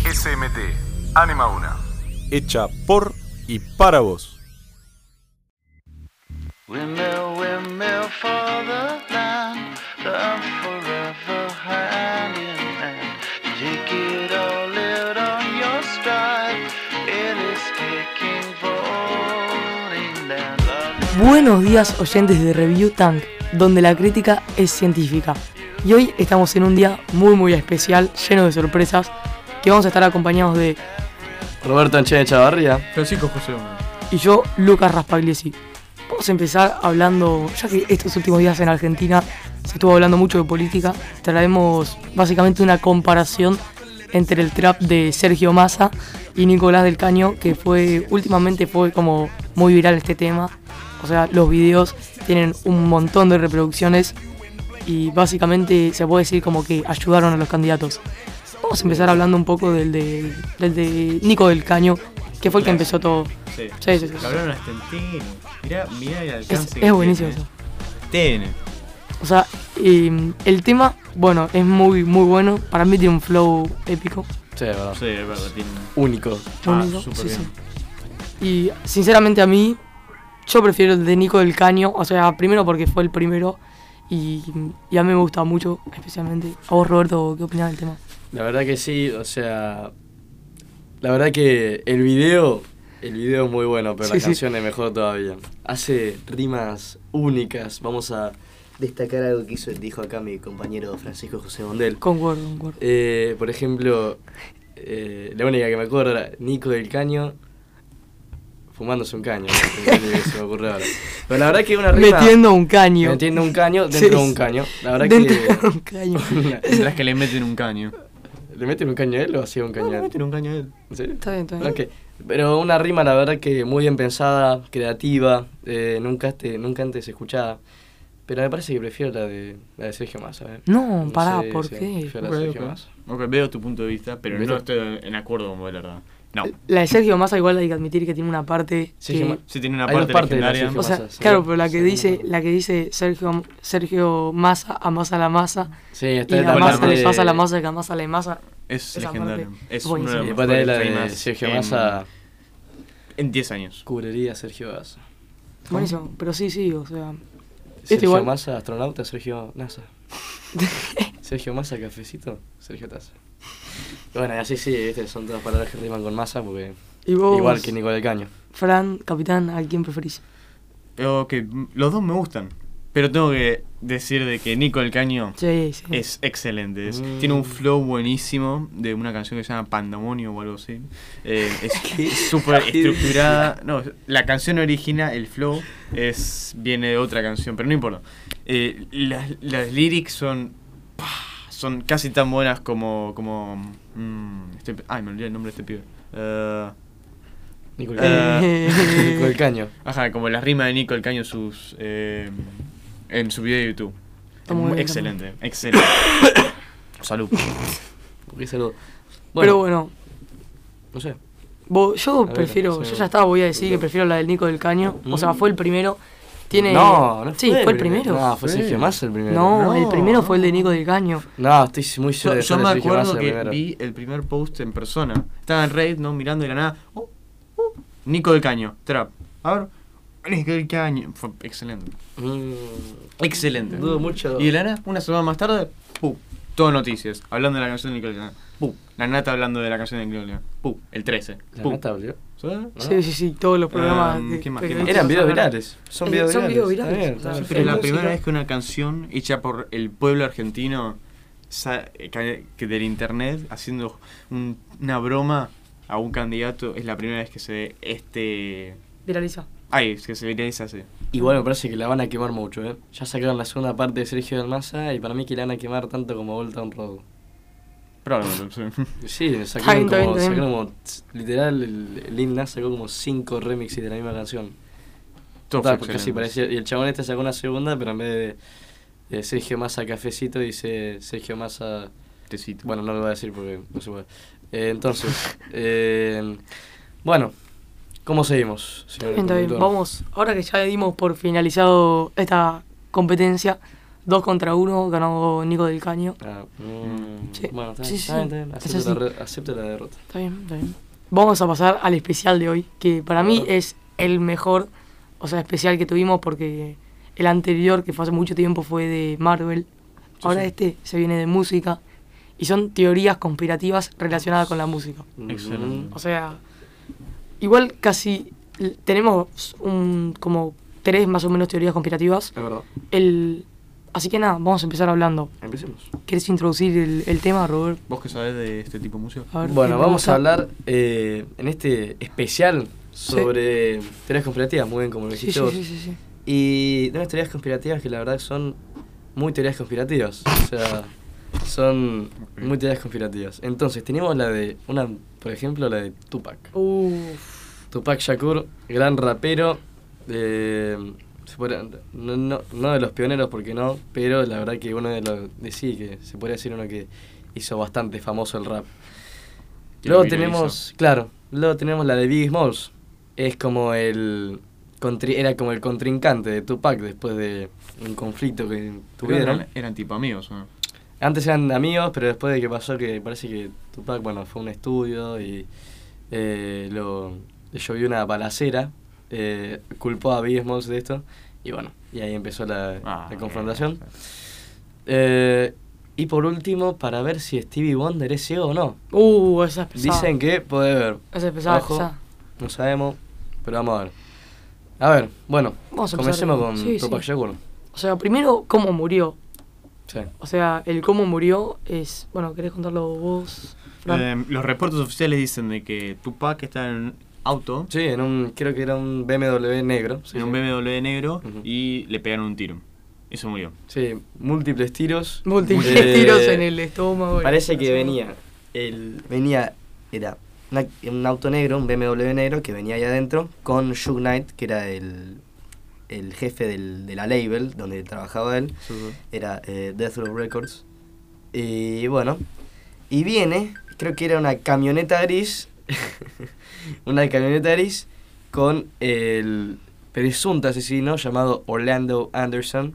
SMT, Anima Una. Hecha por y para vos. Windmill, windmill for the land, I'm forever hand in hand. Take it all, live on your stride, it is kicking, falling down. Buenos días, oyentes de Review Tank, donde la crítica es científica. Y hoy estamos en un día muy especial, lleno de sorpresas, que vamos a estar acompañados de Roberto Anchene Chavarría, Francisco José Gómez y yo, Lucas Raspagliesi. Vamos a empezar hablando, ya que estos últimos días en Argentina se estuvo hablando mucho de política, traemos básicamente una comparación entre el trap de Sergio Massa y Nicolás del Caño, que últimamente fue como muy viral este tema. O sea, los videos tienen un montón de reproducciones y básicamente se puede decir como que ayudaron a los candidatos. Vamos a empezar hablando un poco del de Nico del Caño, que fue el que empezó todo. Sí. Hablaron hasta en TN. Mirá el alcance. Es buenísimo eso. TN. O sea, el tema, bueno, es muy bueno. Para mí tiene un flow épico. Sí, es verdad. Sí, es verdad, tiene Único. Único, súper sí, bien. sí. Y sinceramente a mí, yo prefiero el de Nico del Caño. O sea, primero porque fue el primero y a mí me gusta mucho, especialmente. A vos, Roberto, ¿qué opinás del tema? La verdad que sí, o sea, la verdad que el video es muy bueno, pero la canción es mejor todavía. Hace rimas únicas. Vamos a destacar algo que dijo acá mi compañero Francisco José Mondel. Concuerdo. Por ejemplo, la única que me acuerdo era Nico del Caño fumándose un caño. Se me ocurrió ahora. Pero la verdad que una rima... Metiendo un caño dentro de un caño. La verdad dentro que... de un caño. Las que le meten un caño. ¿Le meten un caño a él o hacía un caño a Le él? meten un caño a él. ¿En serio? Está bien. Ok. Pero una rima, la verdad que muy bien pensada, creativa, nunca antes escuchada. Pero me parece que prefiero la de Sergio Massa. No, pará, sé, ¿por sí, qué? prefiero la de Sergio Massa. Ok, veo tu punto de vista, pero ¿Viste? no estoy en acuerdo con vos, la verdad. No. La de Sergio Massa igual hay que admitir que tiene una parte Sergio que... Sí, tiene una Hay dos parte partes de la legendaria. Sergio O sea, Massa, sí. claro, pero la que Sí, dice Sergio Massa amasa la masa Sí, y está la la masa parte le de... pasa la masa que amasa la masa. Es Esa legendario. parte Es es uno de buenísima. los Y después de la mejores de rimas Sergio en- Massa, en 10 años. cubriría Sergio Massa. Buenísimo, pero sí, o sea... Sergio igual- Massa, astronauta, Sergio NASA. Sergio Massa, cafecito, Sergio Taza. Y bueno, y así sí, son todas palabras que riman con Massa porque... ¿Y vos, Igual que Nico del Caño. Fran, capitán, a quién preferís? Ok, los dos me gustan. Pero tengo que decir de que Nico del Caño Sí. es excelente. Tiene un flow buenísimo de una canción que se llama Pandemonio o algo así. Es súper estructurada. No, la canción original, el flow, viene de otra canción, pero no importa. Las lyrics son casi tan buenas como me olvidé el nombre de este pibe. Nico del Caño. Ajá, como las rimas de Nico del Caño en su video de YouTube. Está muy bien, Excelente. Salud. Porque es algo... Pero bueno, No sé. yo ver, prefiero, sí. yo ya estaba, voy a decir que prefiero la del Nico del Caño. O sea, fue el primero. Tiene... No Sí, fue el primero. No, fue Sergio Massa el primero. No, el primero fue el de Nico del Caño. No, estoy muy seguro de Yo que me Sergio acuerdo Massa que primero. vi el primer post en persona. Estaba en Reddit, ¿no? Mirando de la nada. Nico del Caño, trap. A ver. Nico del Caño. Fue excelente. Excelente. Dudo mucho. Y de la nada, una semana más tarde, ¡pum! Todo noticias. Hablando de la canción de Nico del Caño. ¡Pum! La Nata hablando de la canción de Nico del Caño. ¡Pum! El 13. ¿La ¡Pum! neta volvió? ¿Sí? Sí, todos los programas. ¿qué más? Eran videos virales. Son videos Son virales. videos virales. Está bien, O sea, está bien. Pero es la música. primera vez que una canción hecha por el pueblo argentino que del internet haciendo una broma a un candidato es la primera vez que se ve Viraliza. que se viraliza así. Igual me parece que la van a quemar mucho, ¿eh? Ya sacaron la segunda parte de Sergio del Massa y para mí que la van a quemar tanto como Volta on Road. Probablemente, sí. Sí, sacaron Está bien. como literal, el Lil Nas sacó como 5 remixes de la misma canción. Todo Total, fue porque así excelente. parecía. Y el chabón sacó una segunda, pero en vez de Sergio Massa cafecito, dice Sergio Massa... Tecito. Bueno, no lo voy a decir porque no se puede. Entonces, bueno, ¿cómo seguimos, señor Está bien. conductor? Vamos, ahora que ya dimos por finalizado esta competencia, 2 contra 1, ganó Nico del Caño. Sí. Bueno, está Sí, bien. sí. Es así. Acepto la derrota. Está bien, está bien. Vamos a pasar al especial de hoy, que para mí es el mejor, especial que tuvimos, porque el anterior, que fue hace mucho tiempo, fue de Marvel. Ahora este se viene de música, y son teorías conspirativas relacionadas con la música. Excelente. O sea, igual casi tenemos como 3 más o menos teorías conspirativas. Es verdad. Así que nada, vamos a empezar hablando. Empecemos. ¿Quieres introducir el tema, Robert? ¿Vos qué sabés de este tipo de música? A ver, Bueno, ¿qué vamos pasa? a hablar en este especial sobre teorías conspirativas, muy bien como lo Sí, dijiste sí, vos. sí, sí, sí. Y de unas teorías conspirativas que la verdad son muy teorías conspirativas. O sea, son muy teorías conspirativas. Entonces, tenemos por ejemplo, la de Tupac. Tupac Shakur, gran rapero. No de los pioneros, porque no, pero la verdad que uno que se podría decir uno que hizo bastante famoso el rap. Luego tenemos la de Biggie Smalls. Es como era como el contrincante de Tupac después de un conflicto que tuvieron. Eran tipo amigos, ¿no? Antes eran amigos, pero después de que pasó que parece que Tupac, fue a un estudio y le llovió una balacera, culpó a Biggie Smalls de esto y ahí empezó la confrontación. Y por último, para ver si Stevie Wonder es ciego o no. Esa es pesada. Dicen que puede ver. Esa es pesada, Ojo, pesada. no sabemos, pero vamos a ver. A ver, bueno, Vamos a empezar. comencemos con Sí, Tupac sí. Shakur. O sea, primero, ¿cómo murió? Sí. O sea, el cómo murió es... Bueno, ¿querés contarlo vos, Fran? Los reportes oficiales dicen de que Tupac está en un auto, Sí, creo que era un BMW negro. Sí, en un BMW negro, Ujú. y le pegaron un tiro. Eso murió. Sí, múltiples tiros. Múltiples Eh, tiros en el estómago. Parece que era un auto negro, un BMW negro que venía ahí adentro con Suge Knight, que era el jefe de la label donde trabajaba él, era Death Row Records. Y bueno, y viene, creo que era una camioneta gris, con el presunto asesino llamado Orlando Anderson.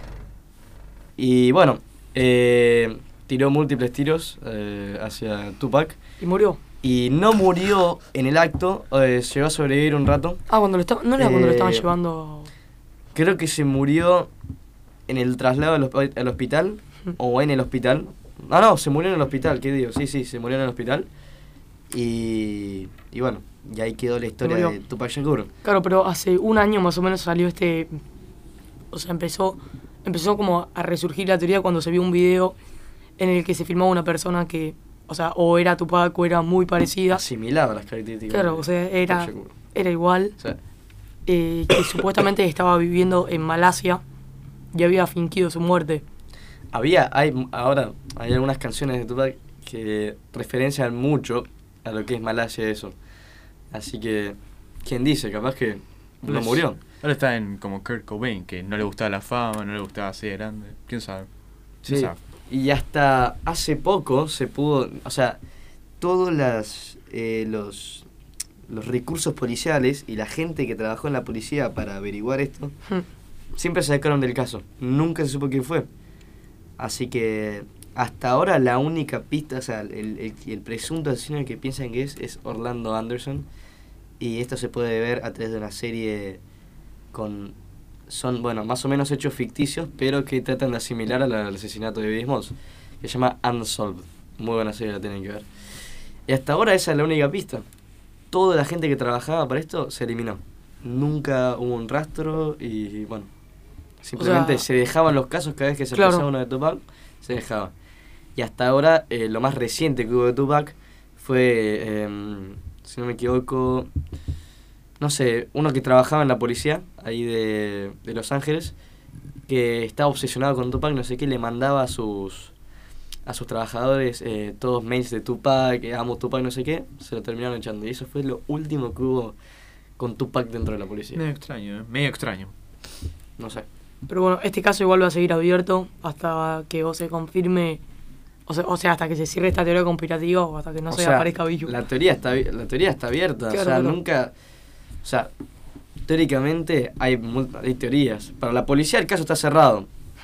Y bueno, tiró múltiples tiros hacia Tupac. Y murió. Y no murió en el acto, llegó a sobrevivir un rato. Cuando no era cuando lo estaban Eh, llevando... Creo que se murió en el traslado al hospital, o en el hospital. No, se murió en el hospital, ¿qué digo? Sí, se murió en el hospital. Y bueno, y ahí quedó la historia Murió. de Tupac Shakur. Claro, pero hace un año más o menos salió O sea, empezó como a resurgir la teoría cuando se vio un video en el que se filmaba una persona que, o era Tupac o era muy parecida. Asimilaba las características. Claro, de o sea, Tupac Shakur. era igual. O sea, Que supuestamente estaba viviendo en Malasia y había fingido su muerte. ahora hay algunas canciones de Tupac que referencian mucho a lo que es Malasia eso. Así que, ¿quién dice? Capaz que no murió. Ahora está como Kurt Cobain, que no le gustaba la fama, no le gustaba ser grande. ¿Quién sabe? ¿Quién Sí, sabe? y hasta hace poco se pudo, todos los recursos policiales y la gente que trabajó en la policía para averiguar esto, siempre se sacaron del caso. Nunca se supo quién fue. Así que hasta ahora la única pista, el presunto asesino que piensan que es Orlando Anderson. Y esto se puede ver a través de una serie son más o menos hechos ficticios, pero que tratan de asimilar al asesinato de Biggie Smalls, que se llama Unsolved. Muy buena serie, la tienen que ver. Y hasta ahora esa es la única pista. Toda la gente que trabajaba para esto se eliminó. Nunca hubo un rastro y bueno, simplemente se dejaban los casos cada vez que se empezaba uno de Tupac, se dejaba. Y hasta ahora lo más reciente que hubo de Tupac fue, si no me equivoco, no sé, uno que trabajaba en la policía ahí de Los Ángeles, que estaba obsesionado con Tupac, no sé qué, le mandaba a sus trabajadores todos mails de Tupac, amo Tupac, no sé qué, se lo terminaron echando. Y eso fue lo último que hubo con Tupac dentro de la policía. Medio extraño, medio extraño. No sé. Pero bueno, este caso igual va a seguir abierto hasta que se confirme, o sea, hasta que se cierre esta teoría conspirativa o hasta que no aparezca Billu. La teoría está abierta, Claro, nunca... teóricamente hay teorías. Para la policía el caso está cerrado.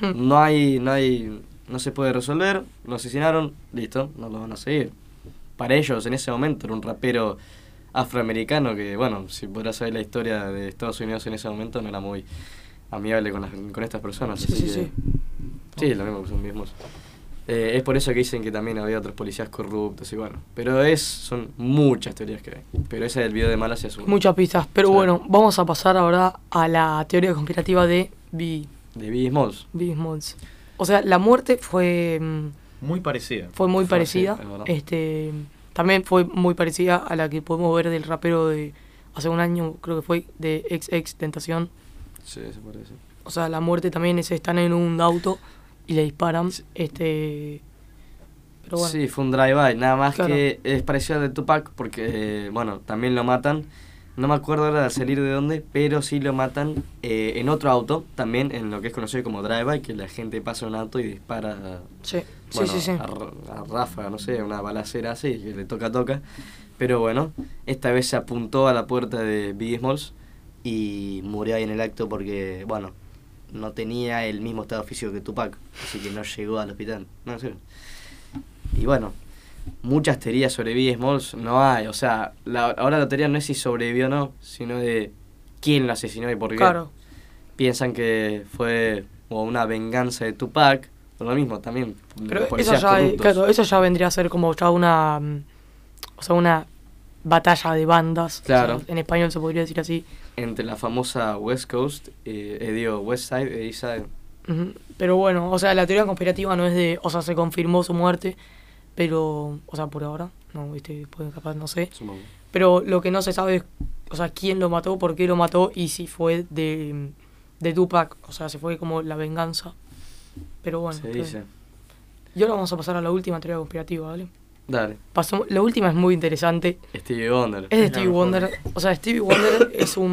no se puede resolver, lo asesinaron, listo, no lo van a seguir. Para ellos en ese momento era un rapero afroamericano que, bueno, si podrás saber la historia de Estados Unidos en ese momento, no era muy amigable con estas personas. Sí, lo mismo que son mismos. Es por eso que dicen que también había otros policías corruptos y bueno. Pero son muchas teorías que hay. Pero esa del video de Malasia es una. Muchas pistas. Pero bueno, vamos a pasar ahora a la teoría conspirativa de Biggie Smalls. Biggie Smalls. O sea, la muerte fue... Muy parecida. Fue muy parecida. Sí, también fue muy parecida a la que podemos ver del rapero de hace un año, creo que fue, de XXXTentacion. Sí, se parece. O sea, la muerte también están en un auto y le disparan. Pero bueno. Sí, fue un drive-by, nada más Claro. que es parecido al de Tupac porque, bueno, también lo matan. No me acuerdo ahora de salir de dónde, pero sí lo matan en otro auto, también en lo que es conocido como drive-by, que la gente pasa un auto y dispara Sí, bueno, sí. a ráfaga, no sé, una balacera así, que le toca. Pero bueno, esta vez se apuntó a la puerta de Biggie Smalls y murió ahí en el acto porque, bueno, no tenía el mismo estado físico que Tupac, así que no llegó al hospital. No sé. Y bueno, muchas teorías sobre Biggie Smalls no hay, o sea, ahora la teoría no es si sobrevivió o no, sino de quién lo asesinó y por qué. Claro. Piensan que fue como una venganza de Tupac, por lo mismo también. Pero eso policías ya, corruptos. claro, eso ya vendría a ser como ya una batalla de bandas. Claro. O sea, en español se podría decir así. Entre la famosa West Coast, West Side, East Side. Ujú. Pero bueno, o sea, la teoría conspirativa no es de, o sea, se confirmó su muerte, pero, o sea, por ahora, no, puede capaz, no sé. Supongo. Pero lo que no se sabe es, o sea, quién lo mató, por qué lo mató y si fue de Tupac, o sea, se fue como la venganza. Pero bueno. Se dice. Y ahora vamos a pasar a la última teoría conspirativa, ¿vale? Dale. La última es muy interesante. Stevie Wonder. Es de Stevie Wonder. O sea, Stevie Wonder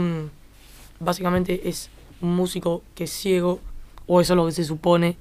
básicamente es un músico que es ciego, o eso es lo que se supone.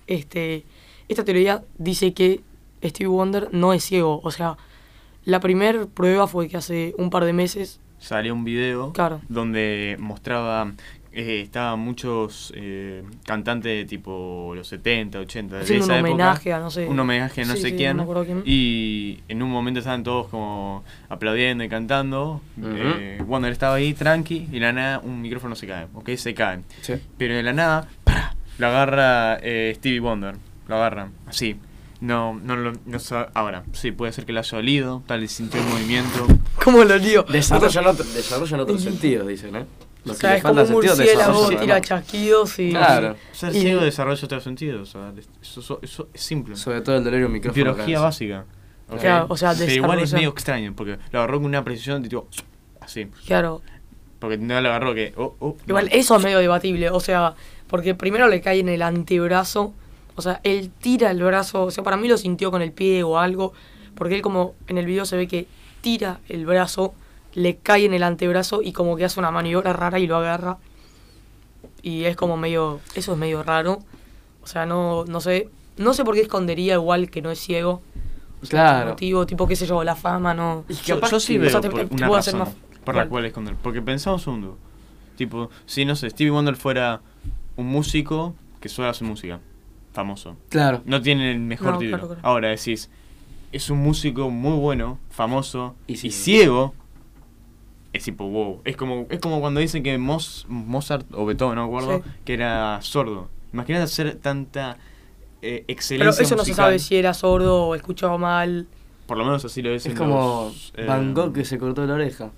Esta teoría dice que Stevie Wonder no es ciego. O sea, la primera prueba fue que hace un par de meses... Salió un video Claro. donde mostraba... estaban muchos cantantes tipo los 70, 80 de haciendo un esa época. homenaje a no sé... Un homenaje a no Sí, sé sí, quién. no me acuerdo quién. Y en un momento estaban todos como aplaudiendo y cantando. Ujú. Wonder estaba ahí tranqui y de la nada un micrófono se cae. Ok, se cae. Sí. Pero de la nada, ¡pra! Lo agarra Stevie Wonder. Lo agarra, así. No ahora, sí, puede ser que le haya olido, tal vez sintió el movimiento. ¿Cómo lo lío? Desarrollan otros sentidos, dicen, ¿eh? O Lo que sea, le es como falta un sentido, murciélago, desarrollan, tira ¿no? chasquidos y... Claro. Ser Y- ciego desarrolla otros sentidos. O sea, eso es simple. Sobre todo el dolor y un micrófono. Biología acá, básica. Ok. Claro, o sea, Pero igual es desarrolla- medio extraño, porque lo agarró con una precisión de tipo, así. Claro. Porque no lo agarró que, Igual no. eso es medio debatible, o sea, porque primero le cae en el antebrazo, o sea, él tira el brazo, o sea, para mí lo sintió con el pie o algo, porque él como en el video se ve que tira el brazo, le cae en el antebrazo y como que hace una maniobra rara y lo agarra. Y es como medio, eso es medio raro, o sea, no sé por qué escondería igual que no es ciego. O sea, Claro. motivo, tipo, qué sé yo, la fama, no... Yo sí o veo sea, te por una puedo hacer razón más- por la ¿Cuál? cual esconder. Porque pensamos un segundo. Tipo, si no sé, Stevie Wonder fuera un músico que solo hace música, famoso. Claro. No tiene el mejor No, título. claro, claro. Ahora decís, es un músico muy bueno, famoso Y y, sí. ciego. Es tipo, wow. Es como cuando dicen que Mozart o Beethoven, no me acuerdo, Sí. que era sordo. Imagínate hacer tanta Pero excelencia eso no se musical. sabe si era sordo o escuchaba mal. Por lo menos así lo dicen Es como los, Van Gogh que se cortó la oreja.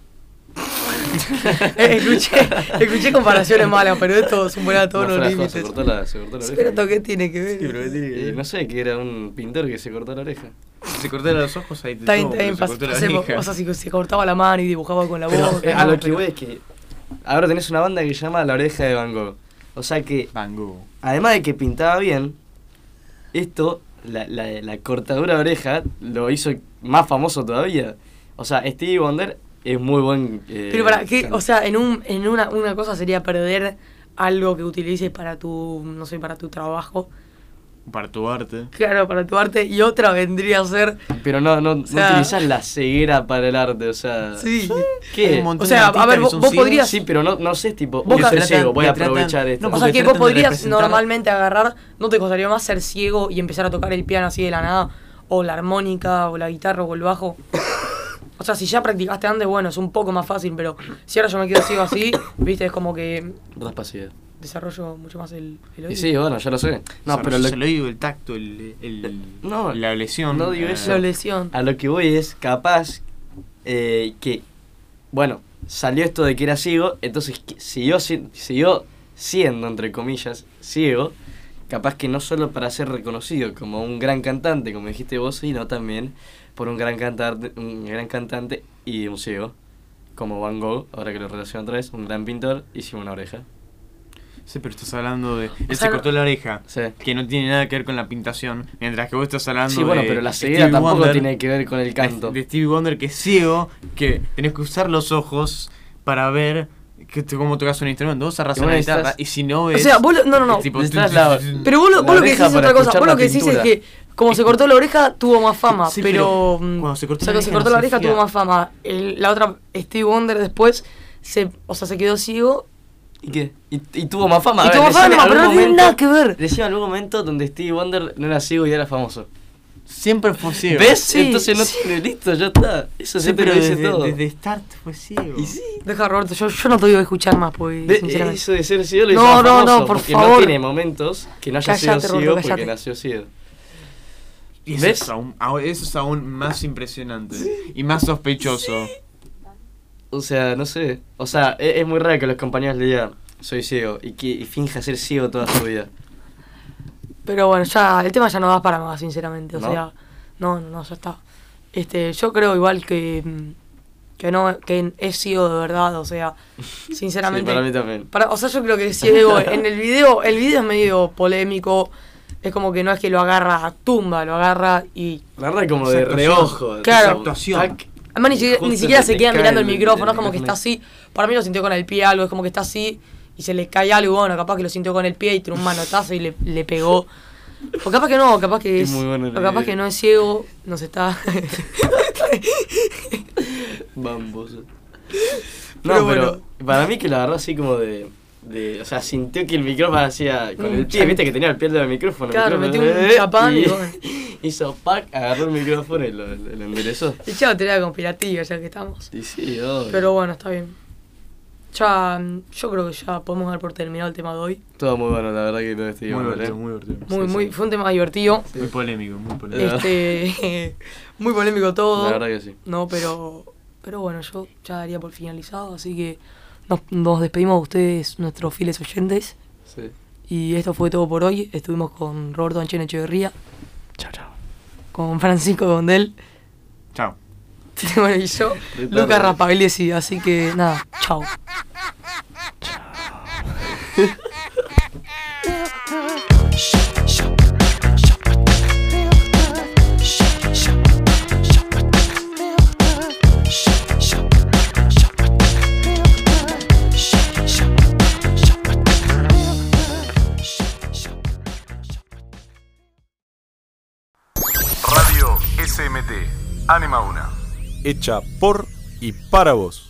escuché comparaciones malas, pero esto supera todos No los fue la joda, límites. se cortó la Sí, oreja. pero ¿esto qué tiene que ver? Sí, pero ¿qué tiene que ver? No sé, que era un pintor que se cortó la oreja. Se cortó los ojos ahí te Está bien, todo, está bien, pero se cortó la pasemos. oreja. O sea, si se cortaba la mano y dibujaba con la Pero, boca. a no, lo que pero- voy es que ahora tenés una banda que se llama La Oreja de Van Gogh. O sea que, Van Gogh. además de que pintaba bien, esto, la cortadura de oreja, lo hizo más famoso todavía. O sea, Stevie Wonder es muy buen... Pero para qué, cantante. o sea, en una cosa sería perder algo que utilices para tu, no sé, para tu trabajo. Para tu arte. Claro, para tu arte. Y otra vendría a ser... Pero no sea, utilizás la ceguera para el arte, o sea... Sí. ¿Qué? O sea, a ver, vos podrías... Sí, pero no sé, tipo, Vos yo soy tratan- ciego, voy a tratan- aprovechar esto. no, O sea, porque que vos tratan de podrías representar- normalmente agarrar... ¿No te costaría más ser ciego y empezar a tocar el piano así de la nada? O la armónica, o la guitarra, o el bajo. O sea, si ya practicaste antes, bueno, es un poco más fácil, pero si ahora yo me quedo ciego así, viste, es como que Raspacidad. desarrollo mucho más el oído. Y sí, bueno, ya lo sé. No, pero el oído, el tacto, No, la lesión. no digo eso. La lesión. A lo que voy es, capaz, que, bueno, salió esto de que era ciego, entonces siguió siendo, entre comillas, ciego, capaz que no solo para ser reconocido como un gran cantante, como dijiste vos, sino también por un gran cantante y un ciego, como Van Gogh, ahora que lo relaciono otra vez, un gran pintor y sin una oreja. Sí, pero estás hablando de... Él sea, se cortó la oreja, Sí. que no tiene nada que ver con la pintación, mientras que vos estás hablando Sí, bueno, de pero la ceguera Stevie tampoco Wonder, tiene que ver con el canto. de Stevie Wonder, que es ciego, que tenés que usar los ojos para ver cómo tocas un instrumento. Vos arrasás bueno, la guitarra estás- y si no O ves... sea, vos no. es tipo, Estás la- Pero vos lo que oreja decís es para otra cosa. escuchar Vos lo la que decís es pintura. que como se cortó la oreja, tuvo más fama. Sí, pero pero cuando se cortó o sea, la que se oreja cortó no la oreja, significa- tuvo más fama. La otra, Stevie Wonder, después se quedó ciego. ¿Y qué? Y tuvo más fama. Y A ver, tuvo más decime fama, algún pero no tiene momento- nada que ver. Decime algún momento donde Stevie Wonder no era ciego y era famoso. Siempre fue ciego. ¿Ves? Sí, Entonces no sí. tiene, listo, ya está. Eso Sí, siempre pero lo dice desde, todo. desde Start fue ciego. Y sí. Deja, Roberto, yo no te voy a escuchar más, pues, ¿Ves? sinceramente. Eso de ser ciego lo No, hizo más no, famoso, no, por porque favor. no tiene momentos que no haya Cállate, sido Roberto, ciego porque cállate. nació ciego. Y eso, ¿Ves? eso es aún más impresionante y más sospechoso. O sea, no sé. O sea, es muy raro que los compañeros le digan soy ciego y finja ser ciego toda su vida. Pero bueno, ya el tema ya no da para más, sinceramente. O ¿No? sea, no, ya está. Yo creo igual que es ciego de verdad, o sea, sinceramente. Sí, para mí también. O sea, yo creo que es ciego. En el video es medio polémico. Es como que no es que lo agarra a tumba, lo agarra y... La verdad como Esa de actuación. reojo. Claro. Esa Actuación. Además ni Justo siquiera se se te queda cae mirando el el micrófono, es como que micrófono. está así. Para mí lo sintió con el pie algo, es como que está así y se le cae algo, bueno, capaz que lo sintió con el pie y tiró un manotazo y le pegó. O capaz que no, capaz que Es es... muy bueno el o capaz video. que no es ciego, no se está... Bambos. No, Pero pero bueno. para mí que lo agarró así como de o sea, sintió que el micrófono hacía con el pie, chap- viste que tenía el pie del micrófono. Claro, el metió micrófono, un chapán y bueno. hizo pack, agarró el micrófono y lo enderezó. Echado teoría conspirativa ya que estamos. Y sí, obvio. Pero bueno, está bien. Yo creo que ya podemos dar por terminado el tema de hoy. Todo muy bueno, la verdad que lo estoy Muy viendo, divertido, muy divertido. Fue un tema divertido. Muy polémico, muy polémico. Muy polémico todo. La verdad que sí. No, pero bueno, yo ya daría por finalizado, así que nos despedimos de ustedes, nuestros fieles oyentes. Sí. Y esto fue todo por hoy. Estuvimos con Roberto Anchen Echeverría. Chao. Con Francisco Gondel. Chao. Bueno, y yo, Lucas Rapagliesi. Así que nada, chao. Radio SMT, Anima una. Hecha por y para vos.